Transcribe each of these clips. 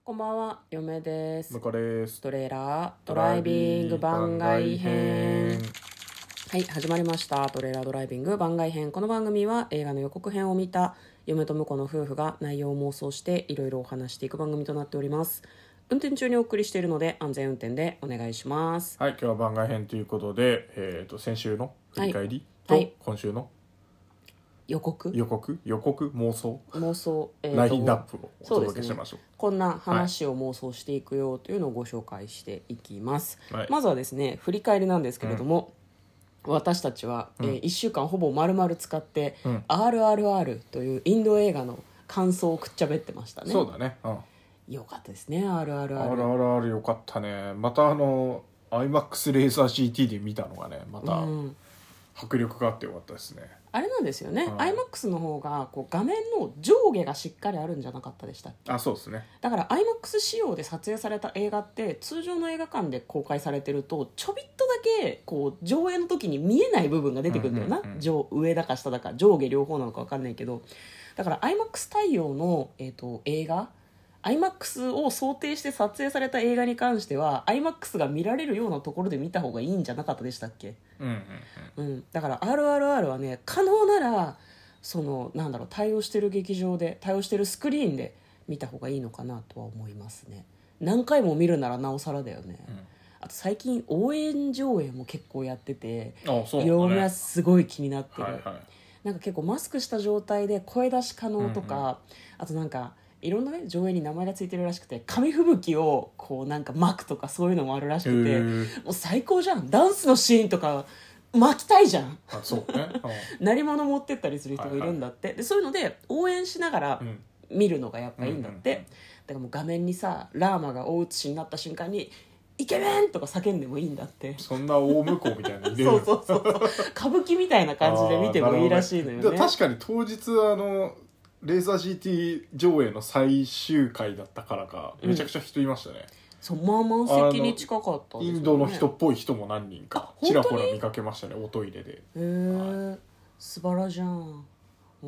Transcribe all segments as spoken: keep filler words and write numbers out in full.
こんばんは、嫁です。 向こうです。 トレーラードライビング番外編。はい、始まりました。トレーラードライビング番外編。この番組は映画の予告編を見た嫁と婿の夫婦が内容を妄想していろいろお話していく番組となっております。運転中にお送りしているので安全運転でお願いします。 はい、今日は番外編ということで、えー、と先週の振り返りと、 はいはい、 今週の予告予告予告妄想妄想、 えー、ラインナップをお届けしましょう。 こんな話を妄想していくよというのをご紹介していきます、はい、まずはですね振り返りなんですけれども、うん、私たちは、うんえー、いっしゅうかんほぼ丸々使って、うん、アールアールアール というインド映画の感想をくっちゃべってましたね。 そうだね、うん、 よかったですね アールアールアールアールアールアール よかったね。またあの アイマックス レーザー ジーティー で見たのがねまた迫力があってよかったですね、うんあれなんですよね、うん、アイマックス の方がこう画面の上下がしっかりあるんじゃなかったでしたっけ。 あ、そうですね。 だから アイマックス 仕様で撮影された映画って通常の映画館で公開されてるとちょびっとだけこう上映の時に見えない部分が出てくるんだよな、うんうんうん、上上だか下だか上下両方なのか分かんないけど、だから アイマックス 対応の、えーと、映画アイマックス を想定して撮影された映画に関しては アイマックス が見られるようなところで見た方がいいんじゃなかったでしたっけ。 うんうんうんうん、だから アールアールアール はね可能ならそのなんだろう対応してる劇場で対応してるスクリーンで見た方がいいのかなとは思いますね。何回も見るならなおさらだよね、うん、あと最近応援上映も結構やってて嫁はすごい気になってる、はいはい、なんか結構マスクした状態で声出し可能とか、うんうん、あとなんかいろんなね上映に名前がついてるらしくて紙吹雪をこうなんか巻くとかそういうのもあるらしくてもう最高じゃん。ダンスのシーンとか巻きたいじゃん。 あ、そうね、 鳴り物持ってったりする人がいるんだって、はいはい、でそういうので応援しながら見るのがやっぱいいんだって、うんうんうん、だからもう画面にさラーマが大写しになった瞬間にイケメンとか叫んでもいいんだって。 そんな大向こうみたいなそうそうそう歌舞伎みたいな感じで見てもいいらしいのよね。 ね確かに当日あのレーザー ジーティー 上映の最終回だったからかめちゃくちゃ人いましたね、うん、 そうまあ満席に近かったですよね。 インドの人っぽい人も何人かちらほら見かけましたねおトイレで。へえ、はい、素晴らじゃん。うん、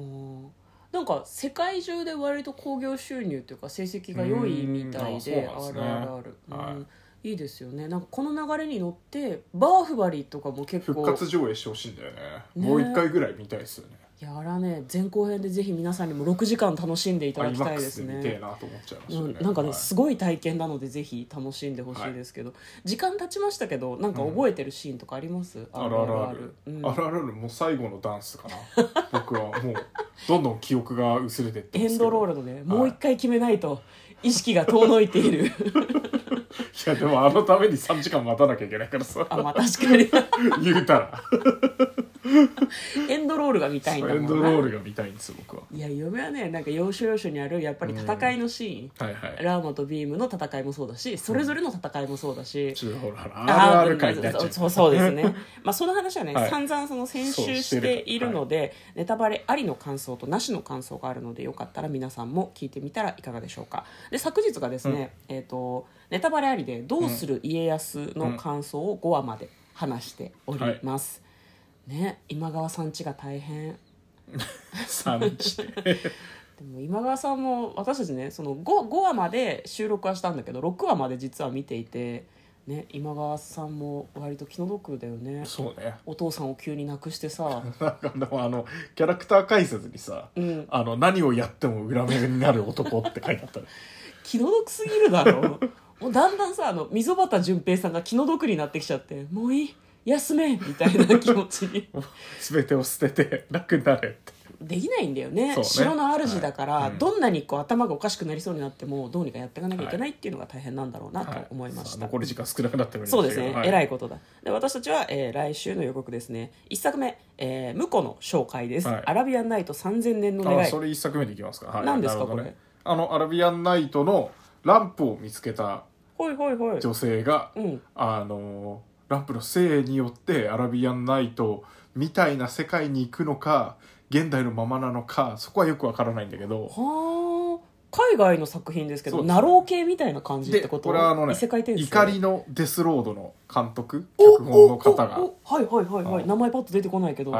なんか世界中で割と興行収入というか成績が良いみたいで アールアールアール、はい、いいですよね。なんかこの流れに乗ってバーフバリとかも結構復活上映してほしいんだよ ね, ねもう一回ぐらい見たいですよね。 いやあらね前後編でぜひ皆さんにもろくじかん楽しんでいただきたいですね。 アイマックスで見てえなと思っちゃいましたね、 うん、なんかね、 はい、 すごい体験なのでぜひ楽しんでほしいですけど、はい、時間経ちましたけどなんか覚えてるシーンとかあります？うん、 あるあるある、うん、あるあるもう最後のダンスかな僕はもうどんどん記憶が薄れてってますけどエンドロールのね、はい、もう一回決めないと意識が遠のいているいやでもあのためにさんじかん待たなきゃいけないからさあまあ確かに言うたらエンドロールが見たいんだもんな。 エンドロールが見たいんですよ僕は。 いや嫁はねなんか要所要所にあるやっぱり戦いのシーン、 うんはいはい、 ラーマとビームの戦いもそうだしそれぞれの戦いもそうだし、 うん、ちょっとほら アールアール 回になっちゃう。 そうそうですねまあその話はね、はい、散々その先週しているので、はい、ネタバレありの感想となしの感想があるのでよかったら皆さんも聞いてみたらいかがでしょうか。で昨日がですね、うんえーと、ネタバレありでどうする家康の感想をごわまで話しております、はいね、今川さん家が大変さん家でも今川さんも私たちねその 5, 5話まで収録はしたんだけどろくわまで実は見ていて、ね、今川さんも割と気の毒だよね。 そうねお父さんを急に亡くしてさなんかでもあのキャラクター解説にさ、うん、あの何をやっても裏目になる男って書いてあったね気の毒すぎるだろもうだんだんさあの溝端淳平さんが気の毒になってきちゃってもういい休めみたいな気持ちに全てを捨てて楽になれってできないんだよ ね, ね城の主だから、はいうん、どんなにこう頭がおかしくなりそうになってもどうにかやっていかなきゃいけないっていうのが大変なんだろうなと思いました、 はいはい、残り時間少なくなっておりますそうですね、 はい、 偉いことだ。で私たちは、えー、来週の予告ですね。いっさくめ、えー、婿の紹介です、はい、アラビアンナイトさんぜんねんの願い。 あそれいっさくめでいきますか、はい、 何ですか、ね、これあのアラビアンナイトのランプを見つけた女性が、 はいはいはい、 あのランプのせいによってアラビアンナイトみたいな世界に行くのか現代のままなのかそこはよくわからないんだけど。 はあ海外の作品ですけどナロー系みたいな感じってこと？ これはあのね異世界転生怒りのデスロードの監督脚本の方がはいはいはいはい、はい、名前パッと出てこないけど、 は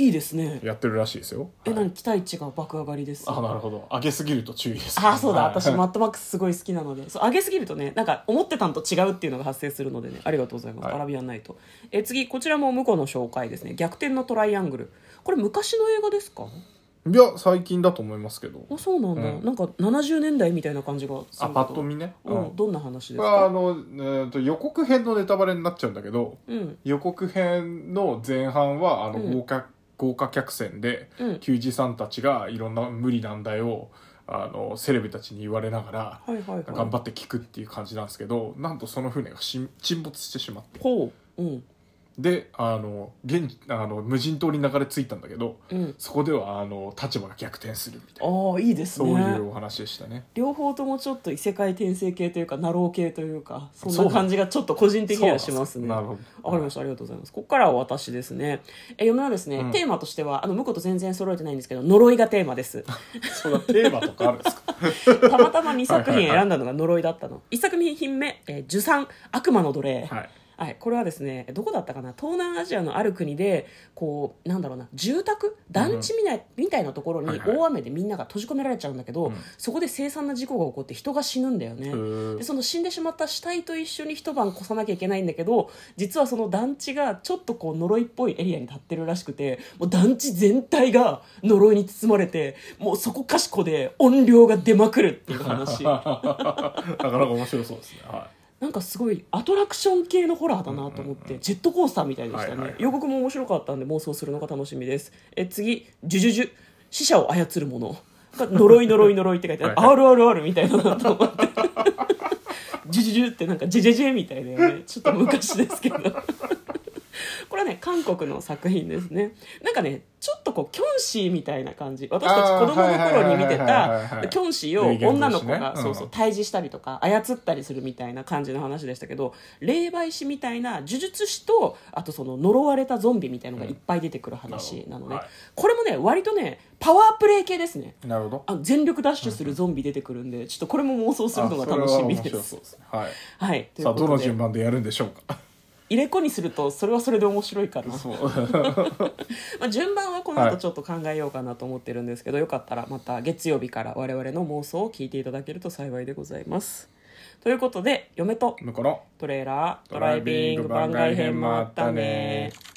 いいですね。 やってるらしいですよ。 え、 はい、 何期待値が爆上がりです。 あ、なるほど。上げすぎると注意です、 あ、そうだ、 はい、 私マッドマックスすごい好きなので、そう上げすぎるとね、なんか思ってたんと違うっていうのが発生するのでね、ありがとうございます、はい、アラビアンナイト。え次、こちらも向こうの紹介ですね。逆転のトライアングル。これ昔の映画ですか？ いや最近だと思いますけど。 あ、そうなんだ、うん、なんかななじゅうねんだいみたいな感じがする。 あ、パッと見ね、 うん、どんな話ですか？ あの、えー、と予告編のネタバレになっちゃうんだけど、うん、予告編の前半はあの豪華、うん、豪華客船で、うん、球児さんたちがいろんな無理難題をあのセレブたちに言われながら、はいはいはい、頑張って聞くっていう感じなんですけど、なんとその船がし沈没してしまって、 ほう、うん、 であの現あの無人島に流れ着いたんだけど、うん、そこではあの立場が逆転するみたいな、 あ、いいですね、 そういうお話でしたね。 両方ともちょっと異世界転生系というかナロー系というか、そんな感じがちょっと個人的にはしますね。 なるほど、 わかりました、ありがとうございます。ここからは私ですね。え嫁はですね、うん、テーマとしてはあの向こうと全然揃えてないんですけど、呪いがテーマです。 そうだ、テーマとかあるんですか？ たまたまにさく品選んだのが呪いだったの。いっさく品目、えー、呪詛悪魔の奴隷、はい、はい、これはですね、どこだったかな、東南アジアのある国でこうなんだろうな、住宅団地みたい、うん、みたいなところに大雨でみんなが閉じ込められちゃうんだけど、はいはい、そこで凄惨な事故が起こって人が死ぬんだよね、うん、でその死んでしまった死体と一緒に一晩越さなきゃいけないんだけど、実はその団地がちょっとこう呪いっぽいエリアに立ってるらしくて、もう団地全体が呪いに包まれて、もうそこかしこで怨霊が出まくるっていう話。 なかなか面白そうですね、はい、 なんかすごいアトラクション系のホラーだなと思って、うんうんうん、ジェットコースターみたいでしたね、はいはいはい、予告も面白かったんで妄想するのが楽しみです。え次、ジュジュジュ死者を操るもの、呪い呪い呪いって書いてある、はいはい、アールアールアール みたいななと思ってジュジュジュってなんかジェジェジェみたいだよね、ちょっと昔ですけどこれはね韓国の作品ですね。なんかねちょっとこうキョンシーみたいな感じ、私たち子供の頃に見てたキョンシーを女の子が、ね、そうそう退治したりとか操ったりするみたいな感じの話でしたけど、霊媒師みたいな呪術師とあとその呪われたゾンビみたいなのがいっぱい出てくる話なので、うんはい、これもね割とねパワープレイ系ですね。 なるほど。 あの全力ダッシュするゾンビ出てくるんで、ちょっとこれも妄想するのが楽しみです。 ですね、はい、 はい、 さあどの順番でやるんでしょうか。 入れ子にするとそれはそれで面白いかなそうまあ順番はこの後ちょっと考えようかなと思ってるんですけど、はい、よかったらまた月曜日から我々の妄想を聞いていただけると幸いでございます。ということで嫁と向こうのトレーラードライビング番外編もあったね。